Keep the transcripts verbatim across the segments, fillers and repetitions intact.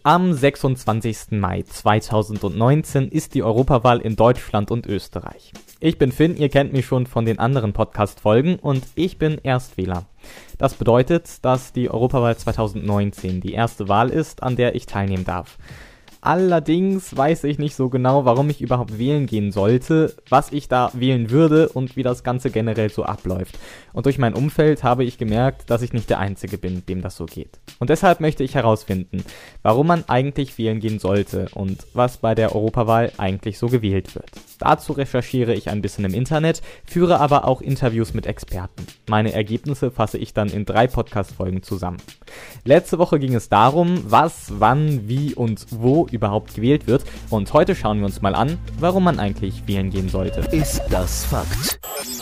Am sechsundzwanzigsten Mai zweitausendneunzehn ist die Europawahl in Deutschland und Österreich. Ich bin Finn, ihr kennt mich schon von den anderen Podcast-Folgen und ich bin Erstwähler. Das bedeutet, dass die Europawahl zweitausendneunzehn die erste Wahl ist, an der ich teilnehmen darf. Allerdings weiß ich nicht so genau, warum ich überhaupt wählen gehen sollte, was ich da wählen würde und wie das Ganze generell so abläuft. Und durch mein Umfeld habe ich gemerkt, dass ich nicht der Einzige bin, dem das so geht. Und deshalb möchte ich herausfinden, warum man eigentlich wählen gehen sollte und was bei der Europawahl eigentlich so gewählt wird. Dazu recherchiere ich ein bisschen im Internet, führe aber auch Interviews mit Experten. Meine Ergebnisse fasse ich dann in drei Podcast-Folgen zusammen. Letzte Woche ging es darum, was, wann, wie und wo überhaupt gewählt wird. Und heute schauen wir uns mal an, warum man eigentlich wählen gehen sollte. Ist das Fakt?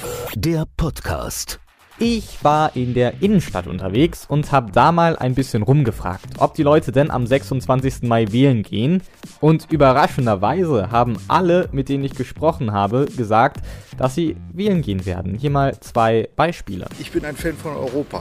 Der Podcast. Ich war in der Innenstadt unterwegs und habe da mal ein bisschen rumgefragt, ob die Leute denn am sechsundzwanzigsten Mai wählen gehen. Und überraschenderweise haben alle, mit denen ich gesprochen habe, gesagt, dass sie wählen gehen werden. Hier mal zwei Beispiele. Ich bin ein Fan von Europa.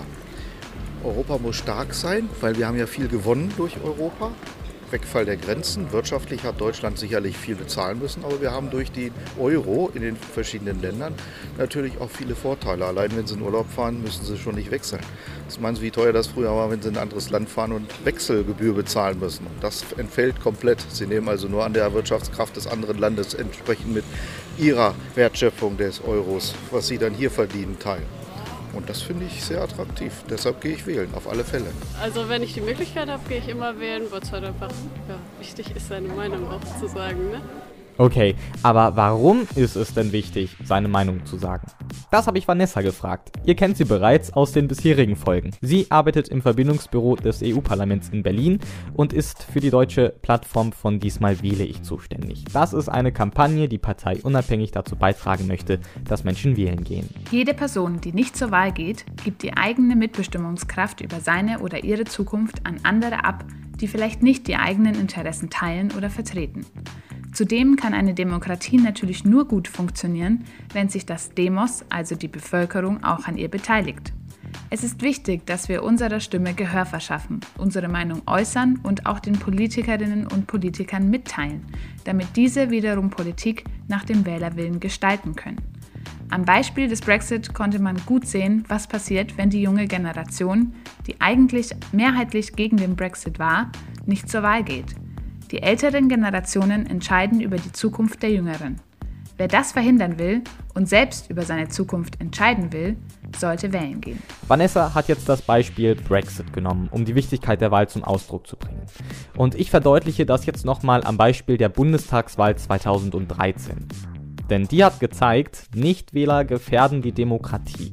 Europa muss stark sein, weil wir haben ja viel gewonnen durch Europa. Wegfall der Grenzen. Wirtschaftlich hat Deutschland sicherlich viel bezahlen müssen, aber wir haben durch den Euro in den verschiedenen Ländern natürlich auch viele Vorteile. Allein wenn Sie in Urlaub fahren, müssen Sie schon nicht wechseln. Was meinen Sie, wie teuer das früher war, wenn Sie in ein anderes Land fahren und Wechselgebühr bezahlen müssen? Das entfällt komplett. Sie nehmen also nur an der Wirtschaftskraft des anderen Landes entsprechend mit Ihrer Wertschöpfung des Euros, was Sie dann hier verdienen, teil. Und das finde ich sehr attraktiv. Deshalb gehe ich wählen, auf alle Fälle. Also wenn ich die Möglichkeit habe, gehe ich immer wählen, weil es halt einfach ja, wichtig ist, seine Meinung auch zu sagen, ne? Okay, aber warum ist es denn wichtig, seine Meinung zu sagen? Das habe ich Vanessa gefragt. Ihr kennt sie bereits aus den bisherigen Folgen. Sie arbeitet im Verbindungsbüro des E U-Parlaments in Berlin und ist für die deutsche Plattform von Diesmal wähle ich zuständig. Das ist eine Kampagne, die parteiunabhängig dazu beitragen möchte, dass Menschen wählen gehen. Jede Person, die nicht zur Wahl geht, gibt die eigene Mitbestimmungskraft über seine oder ihre Zukunft an andere ab, die vielleicht nicht die eigenen Interessen teilen oder vertreten. Zudem kann eine Demokratie natürlich nur gut funktionieren, wenn sich das Demos, also die Bevölkerung, auch an ihr beteiligt. Es ist wichtig, dass wir unserer Stimme Gehör verschaffen, unsere Meinung äußern und auch den Politikerinnen und Politikern mitteilen, damit diese wiederum Politik nach dem Wählerwillen gestalten können. Am Beispiel des Brexit konnte man gut sehen, was passiert, wenn die junge Generation, die eigentlich mehrheitlich gegen den Brexit war, nicht zur Wahl geht. Die älteren Generationen entscheiden über die Zukunft der Jüngeren. Wer das verhindern will und selbst über seine Zukunft entscheiden will, sollte wählen gehen. Vanessa hat jetzt das Beispiel Brexit genommen, um die Wichtigkeit der Wahl zum Ausdruck zu bringen. Und ich verdeutliche das jetzt nochmal am Beispiel der Bundestagswahl zweitausenddreizehn. Denn die hat gezeigt, Nichtwähler gefährden die Demokratie.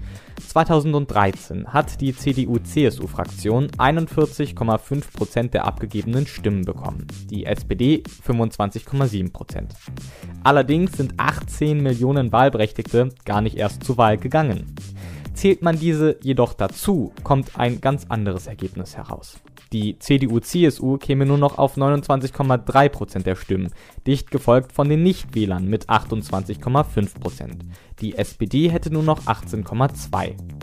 zweitausenddreizehn hat die C D U-C S U-Fraktion einundvierzig Komma fünf Prozent der abgegebenen Stimmen bekommen, die S P D fünfundzwanzig Komma sieben Prozent. Allerdings sind achtzehn Millionen Wahlberechtigte gar nicht erst zur Wahl gegangen. Zählt man diese jedoch dazu, kommt ein ganz anderes Ergebnis heraus. Die C D U-C S U käme nur noch auf neunundzwanzig Komma drei Prozent der Stimmen, dicht gefolgt von den Nichtwählern mit achtundzwanzig Komma fünf Prozent. Die S P D hätte nur noch achtzehn Komma zwei Prozent.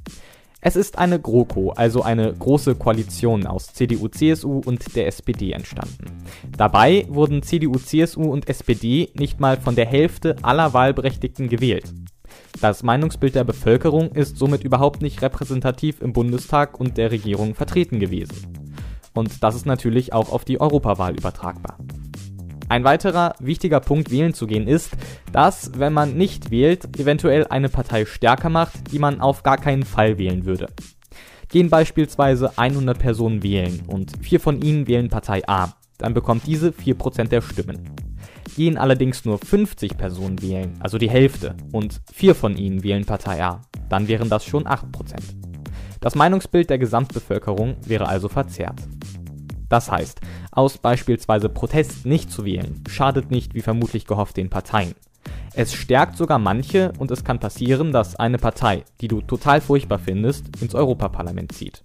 Es ist eine GroKo, also eine große Koalition aus C D U-C S U und der S P D entstanden. Dabei wurden C D U-C S U und S P D nicht mal von der Hälfte aller Wahlberechtigten gewählt. Das Meinungsbild der Bevölkerung ist somit überhaupt nicht repräsentativ im Bundestag und der Regierung vertreten gewesen. Und das ist natürlich auch auf die Europawahl übertragbar. Ein weiterer wichtiger Punkt, wählen zu gehen, ist, dass, wenn man nicht wählt, eventuell eine Partei stärker macht, die man auf gar keinen Fall wählen würde. Gehen beispielsweise hundert Personen wählen und vier von ihnen wählen Partei A, dann bekommt diese vier Prozent der Stimmen. Gehen allerdings nur fünfzig Personen wählen, also die Hälfte, und vier von ihnen wählen Partei A, dann wären das schon acht Prozent. Das Meinungsbild der Gesamtbevölkerung wäre also verzerrt. Das heißt, aus beispielsweise Protest nicht zu wählen, schadet nicht wie vermutlich gehofft den Parteien. Es stärkt sogar manche und es kann passieren, dass eine Partei, die du total furchtbar findest, ins Europaparlament zieht.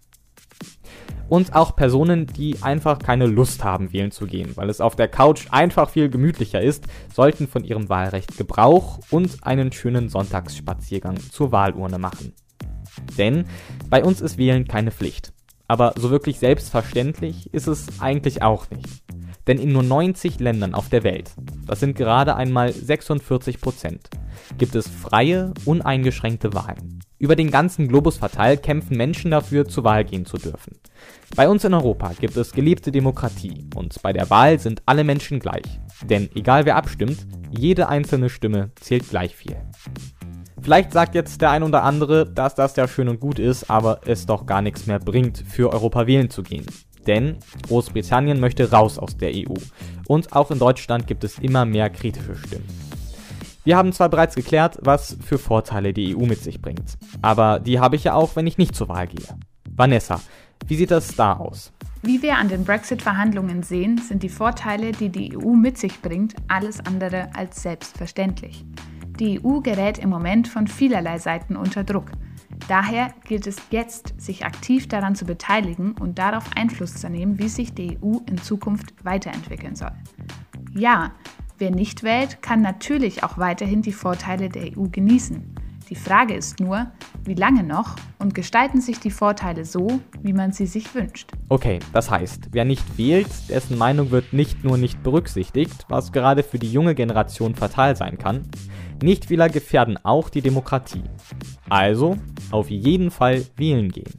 Und auch Personen, die einfach keine Lust haben, wählen zu gehen, weil es auf der Couch einfach viel gemütlicher ist, sollten von ihrem Wahlrecht Gebrauch und einen schönen Sonntagsspaziergang zur Wahlurne machen. Denn bei uns ist Wählen keine Pflicht. Aber so wirklich selbstverständlich ist es eigentlich auch nicht. Denn in nur neunzig Ländern auf der Welt, das sind gerade einmal sechsundvierzig Prozent, gibt es freie, uneingeschränkte Wahlen. Über den ganzen Globus verteilt kämpfen Menschen dafür, zur Wahl gehen zu dürfen. Bei uns in Europa gibt es gelebte Demokratie und bei der Wahl sind alle Menschen gleich. Denn egal wer abstimmt, jede einzelne Stimme zählt gleich viel. Vielleicht sagt jetzt der ein oder andere, dass das ja schön und gut ist, aber es doch gar nichts mehr bringt, für Europa wählen zu gehen. Denn Großbritannien möchte raus aus der E U. Und auch in Deutschland gibt es immer mehr kritische Stimmen. Wir haben zwar bereits geklärt, was für Vorteile die E U mit sich bringt. Aber die habe ich ja auch, wenn ich nicht zur Wahl gehe. Vanessa, wie sieht das da aus? Wie wir an den Brexit-Verhandlungen sehen, sind die Vorteile, die die E U mit sich bringt, alles andere als selbstverständlich. Die E U gerät im Moment von vielerlei Seiten unter Druck. Daher gilt es jetzt, sich aktiv daran zu beteiligen und darauf Einfluss zu nehmen, wie sich die E U in Zukunft weiterentwickeln soll. Ja, wer nicht wählt, kann natürlich auch weiterhin die Vorteile der E U genießen. Die Frage ist nur, wie lange noch und gestalten sich die Vorteile so, wie man sie sich wünscht. Okay, das heißt, wer nicht wählt, dessen Meinung wird nicht nur nicht berücksichtigt, was gerade für die junge Generation fatal sein kann. Nichtwähler gefährden auch die Demokratie. Also auf jeden Fall wählen gehen.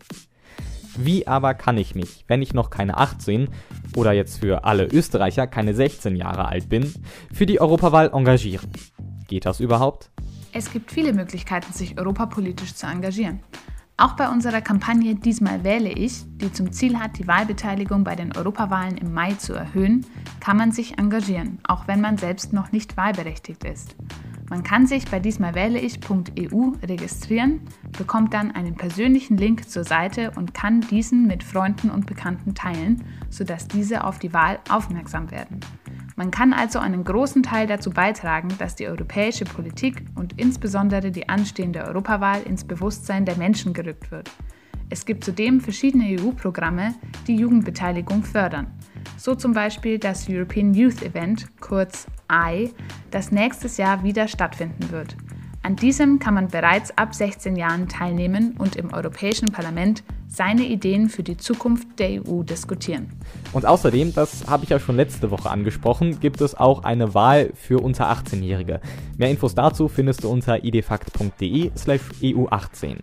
Wie aber kann ich mich, wenn ich noch keine achtzehn oder jetzt für alle Österreicher keine sechzehn Jahre alt bin, für die Europawahl engagieren? Geht das überhaupt? Es gibt viele Möglichkeiten, sich europapolitisch zu engagieren. Auch bei unserer Kampagne Diesmal wähle ich, die zum Ziel hat, die Wahlbeteiligung bei den Europawahlen im Mai zu erhöhen, kann man sich engagieren, auch wenn man selbst noch nicht wahlberechtigt ist. Man kann sich bei diesmalwähleich punkt e u registrieren, bekommt dann einen persönlichen Link zur Seite und kann diesen mit Freunden und Bekannten teilen, sodass diese auf die Wahl aufmerksam werden. Man kann also einen großen Teil dazu beitragen, dass die europäische Politik und insbesondere die anstehende Europawahl ins Bewusstsein der Menschen gerückt wird. Es gibt zudem verschiedene E U-Programme, die Jugendbeteiligung fördern. So zum Beispiel das European Youth Event, kurz E Y, das nächstes Jahr wieder stattfinden wird. An diesem kann man bereits ab sechzehn Jahren teilnehmen und im Europäischen Parlament seine Ideen für die Zukunft der E U diskutieren. Und außerdem, das habe ich ja schon letzte Woche angesprochen, gibt es auch eine Wahl für unter achtzehnjährige. Mehr Infos dazu findest du unter idefakt punkt de slash e u achtzehn.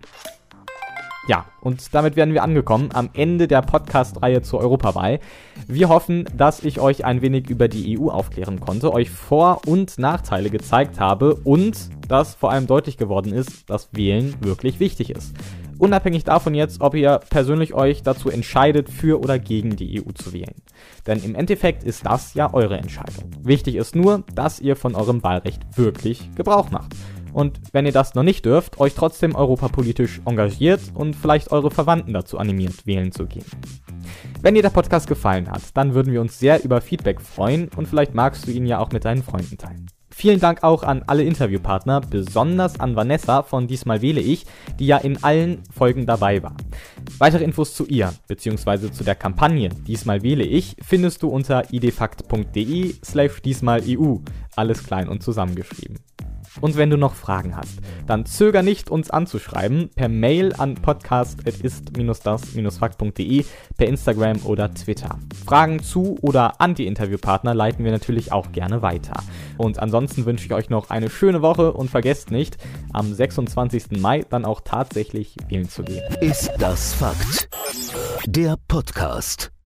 Ja, und damit wären wir angekommen am Ende der Podcast-Reihe zur Europawahl. Wir hoffen, dass ich euch ein wenig über die E U aufklären konnte, euch Vor- und Nachteile gezeigt habe und dass vor allem deutlich geworden ist, dass Wählen wirklich wichtig ist. Unabhängig davon jetzt, ob ihr persönlich euch dazu entscheidet, für oder gegen die E U zu wählen. Denn im Endeffekt ist das ja eure Entscheidung. Wichtig ist nur, dass ihr von eurem Wahlrecht wirklich Gebrauch macht. Und wenn ihr das noch nicht dürft, euch trotzdem europapolitisch engagiert und vielleicht eure Verwandten dazu animiert, wählen zu gehen. Wenn dir der Podcast gefallen hat, dann würden wir uns sehr über Feedback freuen und vielleicht magst du ihn ja auch mit deinen Freunden teilen. Vielen Dank auch an alle Interviewpartner, besonders an Vanessa von Diesmal wähle ich, die ja in allen Folgen dabei war. Weitere Infos zu ihr bzw. zu der Kampagne Diesmal wähle ich findest du unter idefakt punkt de slash diesmal e u, alles klein und zusammengeschrieben. Und wenn du noch Fragen hast, dann zöger nicht, uns anzuschreiben, per Mail an podcast at ist das fakt punkt de, per Instagram oder Twitter. Fragen zu oder an die Interviewpartner leiten wir natürlich auch gerne weiter. Und ansonsten wünsche ich euch noch eine schöne Woche und vergesst nicht, am sechsundzwanzigsten Mai dann auch tatsächlich wählen zu gehen. Ist das Fakt? Der Podcast.